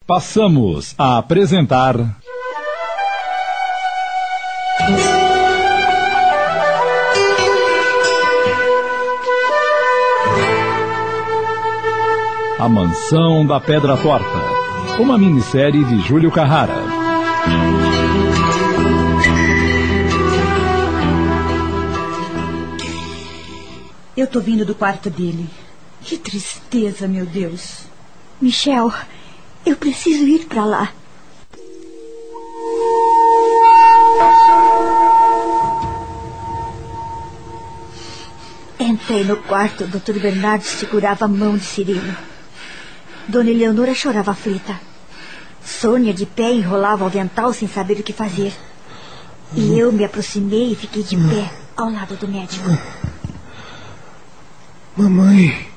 Passamos a apresentar... A Mansão da Pedra Torta, uma minissérie de Júlio Carrara. Eu tô vindo do quarto dele. Que tristeza, meu Deus. Michel, eu preciso ir pra lá. Entrei no quarto, o Dr. Bernardo segurava a mão de Cirilo. Dona Eleonora chorava aflita. Sônia, de pé, enrolava o avental sem saber o que fazer. E eu me aproximei e fiquei de pé, ao lado do médico. Mamãe...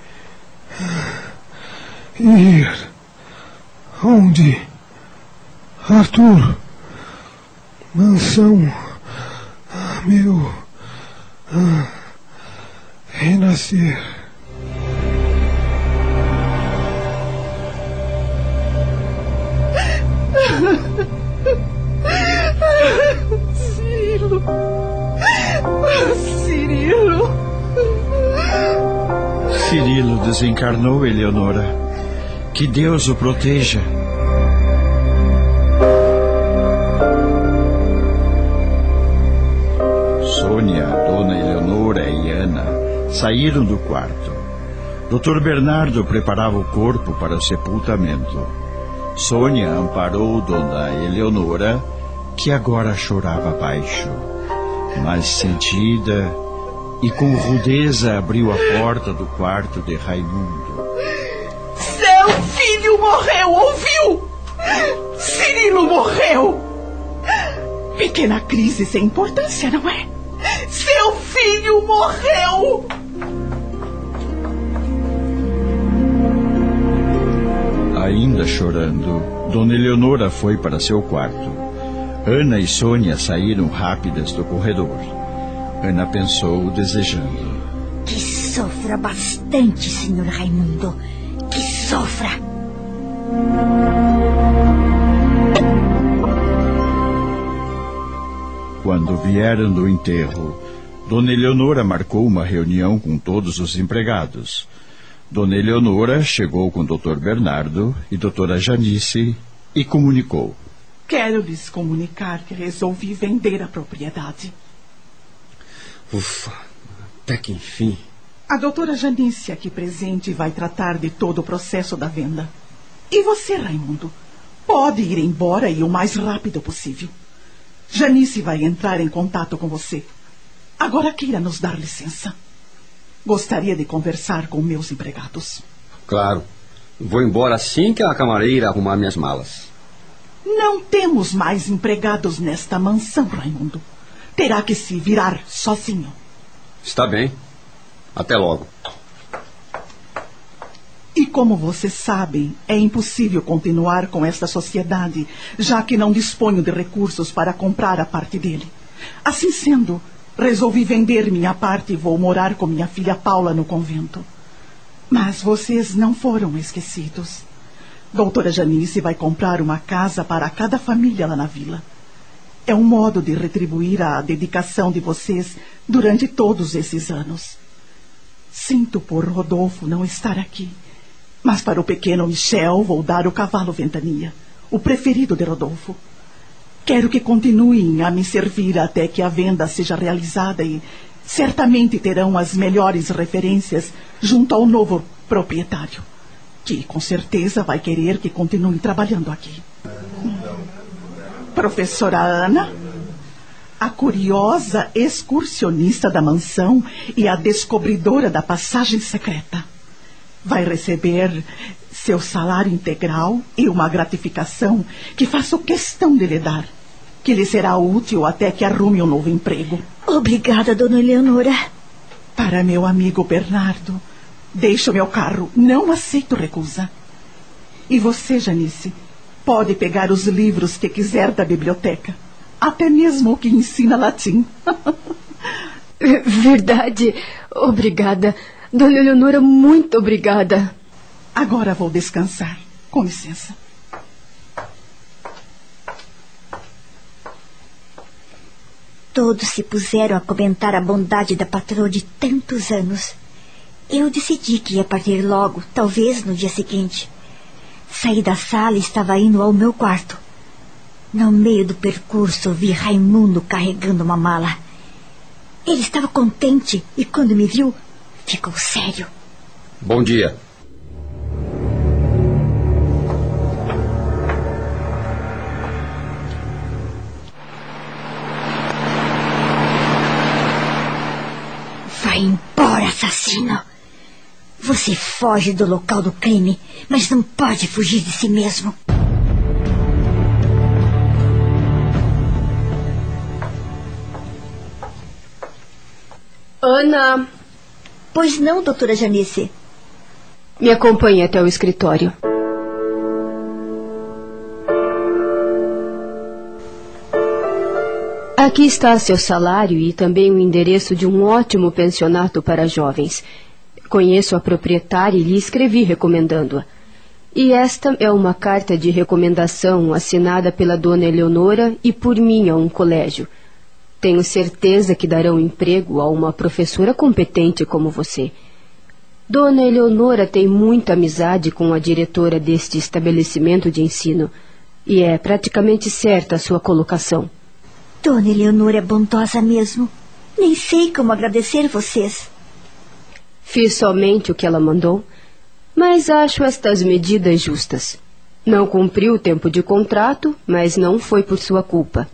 Ir... Onde? Arthur... Mansão... Meu... Renascer... Cirilo... Cirilo... Cirilo desencarnou, Eleonora. Que Deus o proteja. Sônia, Dona Eleonora e Ana saíram do quarto. Dr. Bernardo preparava o corpo para o sepultamento. Sônia amparou Dona Eleonora, que agora chorava baixo, mas sentida, e com rudeza abriu a porta do quarto de Raimundo. Seu filho morreu, ouviu? Cirilo morreu. Pequena crise sem importância, não é? Seu filho morreu. Ainda chorando, Dona Eleonora foi para seu quarto. Ana e Sônia saíram rápidas do corredor. Ana pensou, desejando: que sofra bastante, senhor Raimundo. Que sofra. Quando vieram do enterro, Dona Eleonora marcou uma reunião com todos os empregados. Dona Eleonora chegou com o Dr. Bernardo e Doutora Janice e comunicou: quero lhes comunicar que resolvi vender a propriedade. Ufa, até que enfim. A doutora Janice aqui presente vai tratar de todo o processo da venda. E você, Raimundo, pode ir embora e o mais rápido possível. Janice vai entrar em contato com você. Agora queira nos dar licença. Gostaria de conversar com meus empregados. Claro. Vou embora assim que a camareira arrumar minhas malas. Não temos mais empregados nesta mansão, Raimundo. Terá que se virar sozinho. Está bem. Até logo. E como vocês sabem, é impossível continuar com esta sociedade, já que não disponho de recursos para comprar a parte dele. Assim sendo, resolvi vender minha parte e vou morar com minha filha Paula no convento. Mas vocês não foram esquecidos. Doutora Janice vai comprar uma casa para cada família lá na vila. É um modo de retribuir a dedicação de vocês durante todos esses anos. Sinto por Rodolfo não estar aqui, mas para o pequeno Michel vou dar o cavalo Ventania, o preferido de Rodolfo. Quero que continuem a me servir até que a venda seja realizada e certamente terão as melhores referências junto ao novo proprietário, que com certeza vai querer que continue trabalhando aqui. Professora Ana, a curiosa excursionista da mansão e a descobridora da passagem secreta, vai receber seu salário integral e uma gratificação que faço questão de lhe dar, que lhe será útil até que arrume um novo emprego. Obrigada, Dona Eleonora. Para meu amigo Bernardo, deixo meu carro, não aceito recusa. E você, Janice, pode pegar os livros que quiser da biblioteca, até mesmo o que ensina latim. Verdade. Obrigada. Dona Eleonora, muito obrigada. Agora vou descansar. Com licença. Todos se puseram a comentar a bondade da patroa de tantos anos. Eu decidi que ia partir logo, talvez no dia seguinte. Saí da sala e estava indo ao meu quarto. No meio do percurso, vi Raimundo carregando uma mala. Ele estava contente e, quando me viu, ficou sério. Bom dia. Vai embora, assassino. Você foge do local do crime, mas não pode fugir de si mesmo. Ana. Pois não, doutora Janice? Me acompanhe até o escritório. Aqui está seu salário e também o endereço de um ótimo pensionato para jovens. Conheço a proprietária e lhe escrevi recomendando-a. E esta é uma carta de recomendação assinada pela dona Eleonora e por mim a um colégio. Tenho certeza que darão emprego a uma professora competente como você. Dona Eleonora tem muita amizade com a diretora deste estabelecimento de ensino e é praticamente certa a sua colocação. Dona Eleonora é bondosa mesmo. Nem sei como agradecer vocês. Fiz somente o que ela mandou, mas acho estas medidas justas. Não cumpriu o tempo de contrato, mas não foi por sua culpa.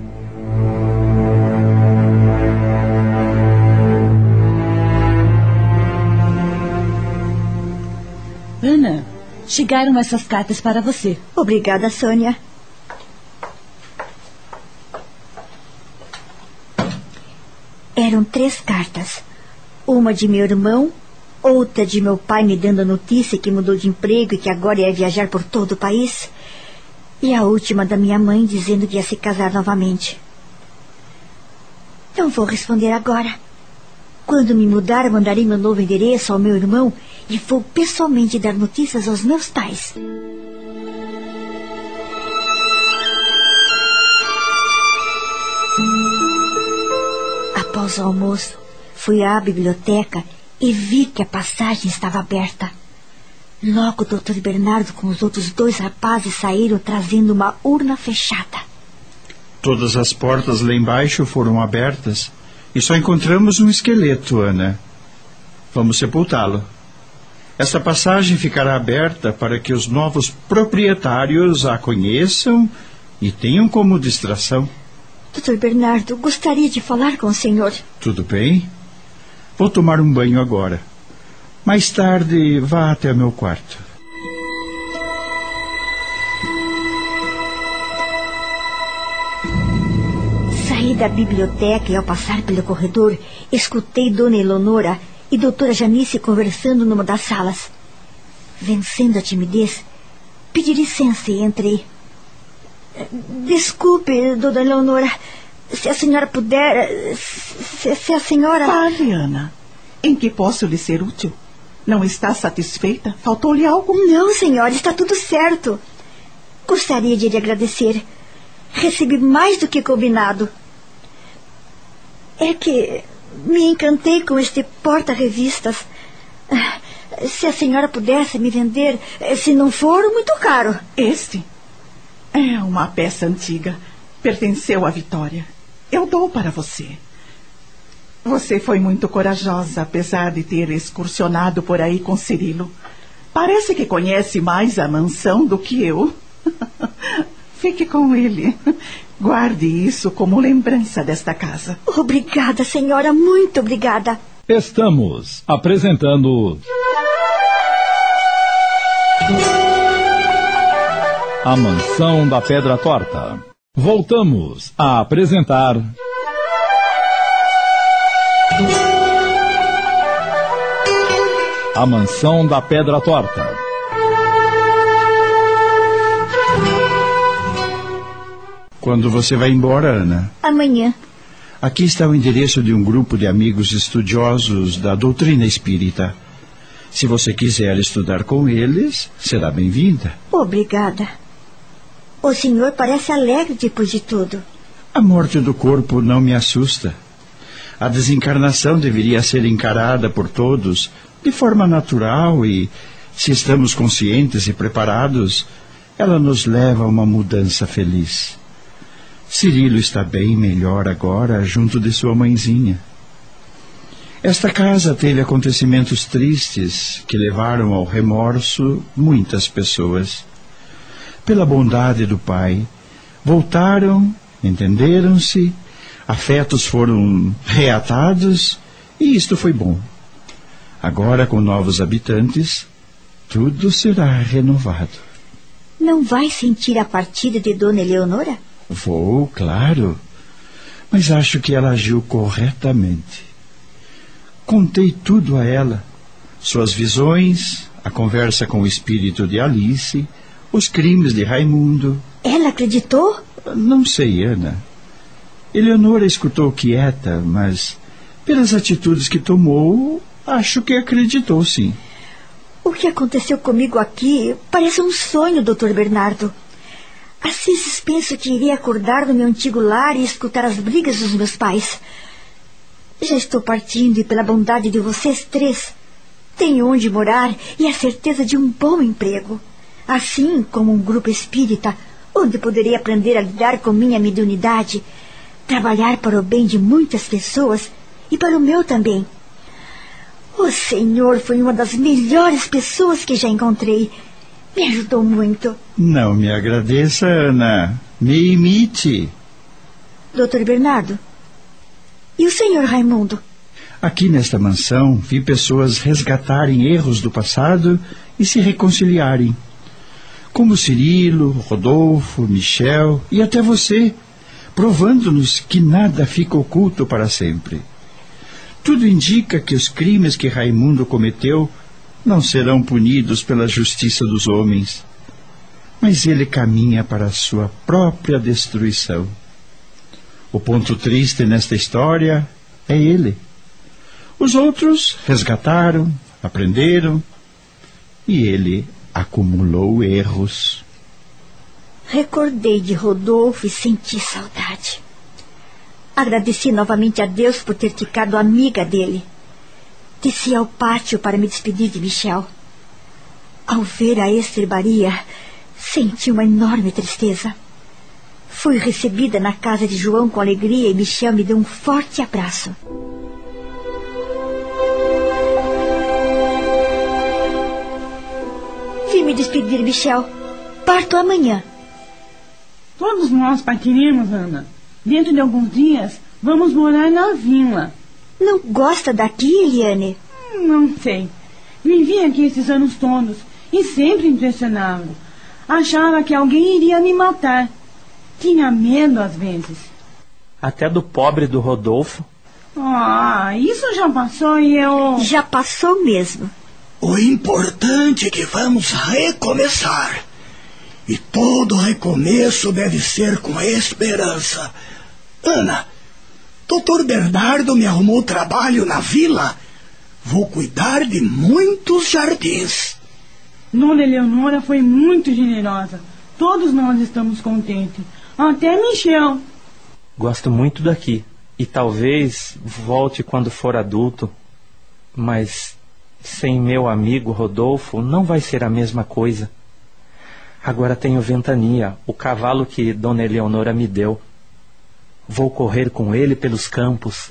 Ana, chegaram essas cartas para você. Obrigada, Sônia. Eram 3 cartas. Uma de meu irmão, outra de meu pai me dando a notícia que mudou de emprego e que agora ia viajar por todo o país, e a última da minha mãe dizendo que ia se casar novamente. Não vou responder agora. Quando me mudar, mandarei meu novo endereço ao meu irmão e vou pessoalmente dar notícias aos meus pais. Após o almoço, fui à biblioteca e vi que a passagem estava aberta. Logo o Dr. Bernardo com os outros 2 rapazes saíram trazendo uma urna fechada. Todas as portas lá embaixo foram abertas e só encontramos um esqueleto, Ana. Vamos sepultá-lo. Esta passagem ficará aberta para que os novos proprietários a conheçam e tenham como distração. Dr. Bernardo, gostaria de falar com o senhor. Tudo bem? Vou tomar um banho agora. Mais tarde, vá até meu quarto. Saí da biblioteca e, ao passar pelo corredor, escutei Dona Eleonora e doutora Janice conversando numa das salas. Vencendo a timidez, pedi licença e entrei. Desculpe, Dona Eleonora, se a senhora puder... Se a senhora... Fale, Ana. Em que posso lhe ser útil? Não está satisfeita? Faltou-lhe algo? Não, senhora, está tudo certo. Gostaria de lhe agradecer. Recebi mais do que combinado. É que me encantei com este porta-revistas. Se a senhora pudesse me vender, se não for muito caro. Este é uma peça antiga. Pertenceu à Vitória. Eu dou para você. Você foi muito corajosa, apesar de ter excursionado por aí com Cirilo. Parece que conhece mais a mansão do que eu. Fique com ele. Guarde isso como lembrança desta casa. Obrigada, senhora, muito obrigada. Estamos apresentando A Mansão da Pedra Torta. Voltamos a apresentar A Mansão da Pedra Torta. Quando você vai embora, Ana? Amanhã. Aqui está o endereço de um grupo de amigos estudiosos da doutrina espírita. Se você quiser estudar com eles, será bem-vinda. Obrigada. O senhor parece alegre depois de tudo. A morte do corpo não me assusta. A desencarnação deveria ser encarada por todos de forma natural e, se estamos conscientes e preparados, ela nos leva a uma mudança feliz. Cirilo está bem melhor agora junto de sua mãezinha. Esta casa teve acontecimentos tristes que levaram ao remorso muitas pessoas. Pela bondade do Pai, voltaram, entenderam-se, afetos foram reatados e isto foi bom. Agora, com novos habitantes, tudo será renovado. Não vai sentir a partida de Dona Eleonora? Vou, claro, mas acho que ela agiu corretamente. Contei tudo a ela, suas visões, a conversa com o espírito de Alice, os crimes de Raimundo. Ela acreditou? Não sei, Ana. Eleonora escutou quieta, mas pelas atitudes que tomou, acho que acreditou, sim. O que aconteceu comigo aqui parece um sonho, Dr. Bernardo. Às vezes penso que irei acordar no meu antigo lar e escutar as brigas dos meus pais. Já estou partindo e, pela bondade de vocês três, tenho onde morar e a certeza de um bom emprego. Assim como um grupo espírita, onde poderei aprender a lidar com minha mediunidade, trabalhar para o bem de muitas pessoas e para o meu também. O Senhor foi uma das melhores pessoas que já encontrei. Me ajudou muito. Não me agradeça, Ana. Me imite. Dr. Bernardo, e o Sr. Raimundo? Aqui nesta mansão, vi pessoas resgatarem erros do passado e se reconciliarem. Como Cirilo, Rodolfo, Michel e até você, provando-nos que nada fica oculto para sempre. Tudo indica que os crimes que Raimundo cometeu não serão punidos pela justiça dos homens, mas ele caminha para a sua própria destruição. O ponto triste nesta história é ele. Os outros resgataram, aprenderam, e ele acumulou erros. Recordei de Rodolfo e senti saudade. Agradeci novamente a Deus por ter ficado amiga dele. Desci ao pátio para me despedir de Michel. Ao ver a estrebaria, senti uma enorme tristeza. Fui recebida na casa de João com alegria e Michel me deu um forte abraço. Vim me despedir, Michel. Parto amanhã. Todos nós partiremos, Ana. Dentro de alguns dias, vamos morar na vila. Não gosta daqui, Eliane? Não sei. Vivi aqui esses anos todos e sempre impressionava. Achava que alguém iria me matar. Tinha medo às vezes. Até do pobre do Rodolfo. Ah, isso já passou e eu... Já passou mesmo. O importante é que vamos recomeçar. E todo recomeço deve ser com esperança. Ana, Dr. Bernardo me arrumou trabalho na vila. Vou cuidar de muitos jardins. Dona Eleonora foi muito generosa. Todos nós estamos contentes. Até Michel. Gosto muito daqui. E talvez volte quando for adulto. Mas sem meu amigo Rodolfo não vai ser a mesma coisa. Agora tenho Ventania, o cavalo que Dona Eleonora me deu. Vou correr com ele pelos campos.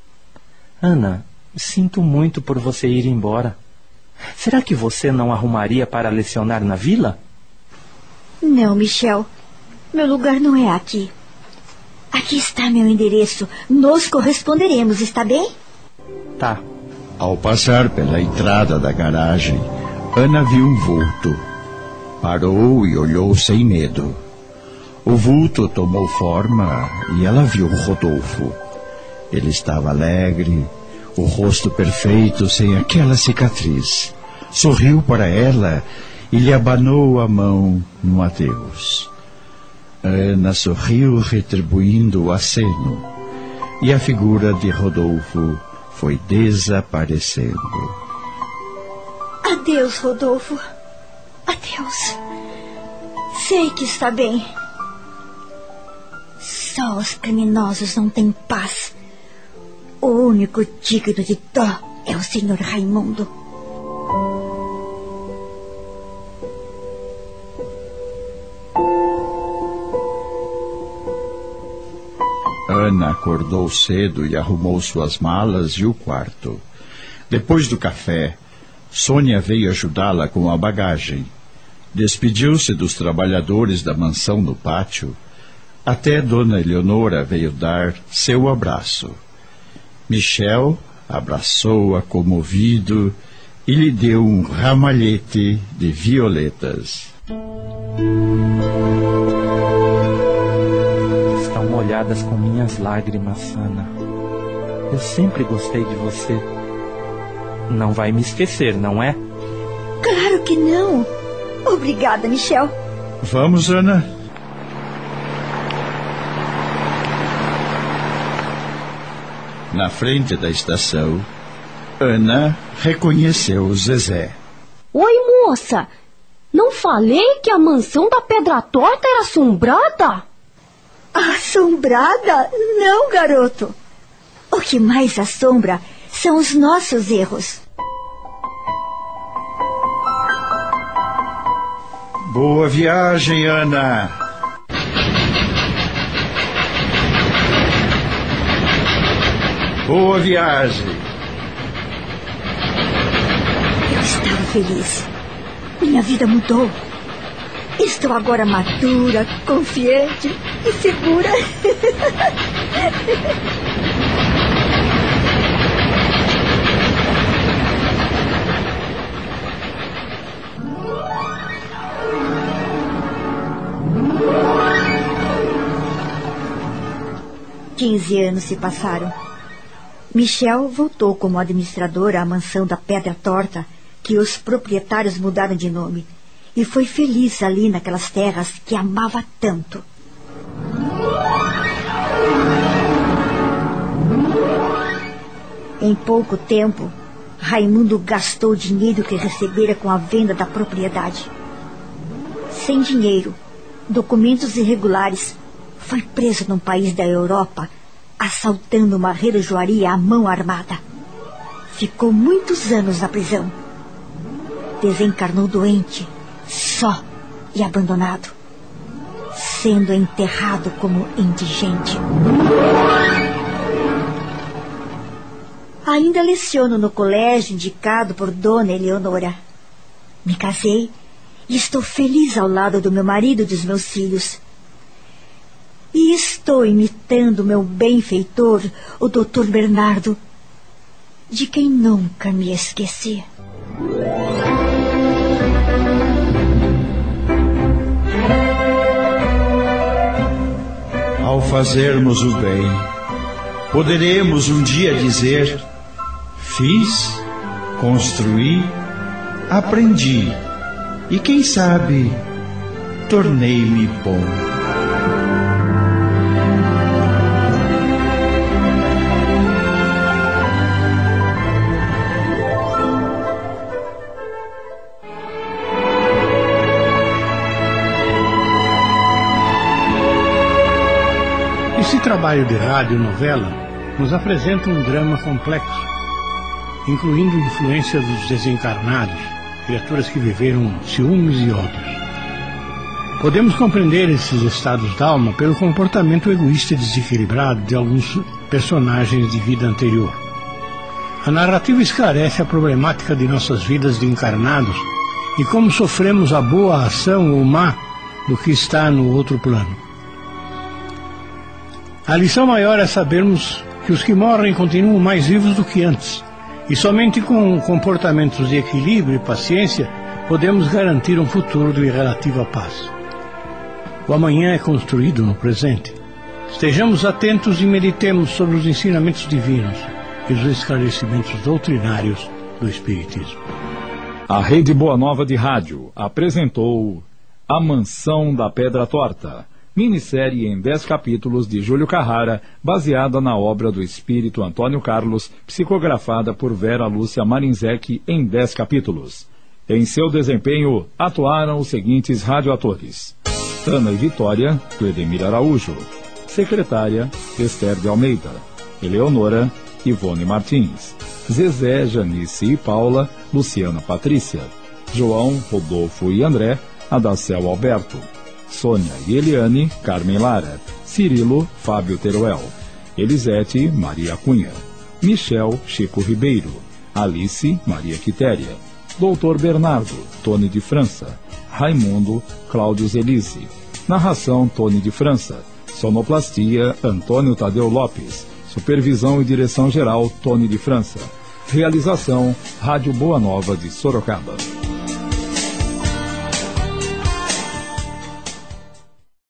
Ana, sinto muito por você ir embora. Será que você não arrumaria para lecionar na vila? Não, Michel. Meu lugar não é aqui. Aqui está meu endereço. Nos corresponderemos, está bem? Tá. Ao passar pela entrada da garagem, Ana viu um vulto. Parou e olhou sem medo. O vulto tomou forma e ela viu Rodolfo. Ele estava alegre, o rosto perfeito sem aquela cicatriz. Sorriu para ela e lhe abanou a mão no adeus. Ana sorriu retribuindo o aceno e a figura de Rodolfo foi desaparecendo. Adeus, Rodolfo. Adeus. Sei que está bem. Só os criminosos não têm paz. O único digno de dó é o Sr. Raimundo. Ana acordou cedo e arrumou suas malas e o quarto. Depois do café, Sônia veio ajudá-la com a bagagem. Despediu-se dos trabalhadores da mansão no pátio. Até Dona Eleonora veio dar seu abraço. Michel abraçou-a comovido e lhe deu um ramalhete de violetas. Estão molhadas com minhas lágrimas, Ana. Eu sempre gostei de você. Não vai me esquecer, não é? Claro que não. Obrigada, Michel. Vamos, Ana. Na frente da estação, Ana reconheceu Zezé. Oi, moça. Não falei que a mansão da Pedra Torta era assombrada? Assombrada? Não, garoto. O que mais assombra são os nossos erros. Boa viagem, Ana. Boa viagem. Eu estava feliz. Minha vida mudou. Estou agora madura, confiante e segura. Quinze anos se passaram. Michel voltou como administrador à mansão da Pedra Torta, que os proprietários mudaram de nome, e foi feliz ali naquelas terras que amava tanto. Em pouco tempo, Raimundo gastou o dinheiro que recebera com a venda da propriedade. Sem dinheiro, documentos irregulares, foi preso num país da Europa, assaltando uma relojoaria à mão armada. Ficou muitos anos na prisão. Desencarnou doente, só e abandonado, sendo enterrado como indigente. Ainda leciono no colégio indicado por Dona Eleonora. Me casei e estou feliz ao lado do meu marido e dos meus filhos. E estou imitando meu benfeitor, o Dr. Bernardo, de quem nunca me esqueci. Ao fazermos o bem, poderemos um dia dizer: fiz, construí, aprendi e, quem sabe, tornei-me bom. Esse trabalho de rádio novela nos apresenta um drama complexo, incluindo influência dos desencarnados, criaturas que viveram ciúmes e ódios. Podemos compreender esses estados da alma pelo comportamento egoísta e desequilibrado de alguns personagens de vida anterior. A narrativa esclarece a problemática de nossas vidas de encarnados e como sofremos a boa ação ou má do que está no outro plano. A lição maior é sabermos que os que morrem continuam mais vivos do que antes, e somente com comportamentos de equilíbrio e paciência podemos garantir um futuro de relativa paz. O amanhã é construído no presente. Estejamos atentos e meditemos sobre os ensinamentos divinos e os esclarecimentos doutrinários do Espiritismo. A Rede Boa Nova de Rádio apresentou A Mansão da Pedra Torta, minissérie em 10 capítulos de Júlio Carrara, baseada na obra do espírito Antônio Carlos, psicografada por Vera Lúcia Marinzec em 10 capítulos. Em seu desempenho, atuaram os seguintes radioatores: Ana e Vitória, Cledemir Araújo; Secretária, Esther de Almeida. Eleonora, Ivone Martins. Zezé, Janice e Paula, Luciana Patrícia. João, Rodolfo e André, Adacel Alberto. Sônia e Eliane, Carmen Lara. Cirilo, Fábio Teruel. Elisete, Maria Cunha. Michel, Chico Ribeiro. Alice, Maria Quitéria. Doutor Bernardo, Tony de França. Raimundo, Cláudio Zelise. Narração, Tony de França. Sonoplastia, Antônio Tadeu Lopes. Supervisão e direção geral, Tony de França. Realização, Rádio Boa Nova de Sorocaba.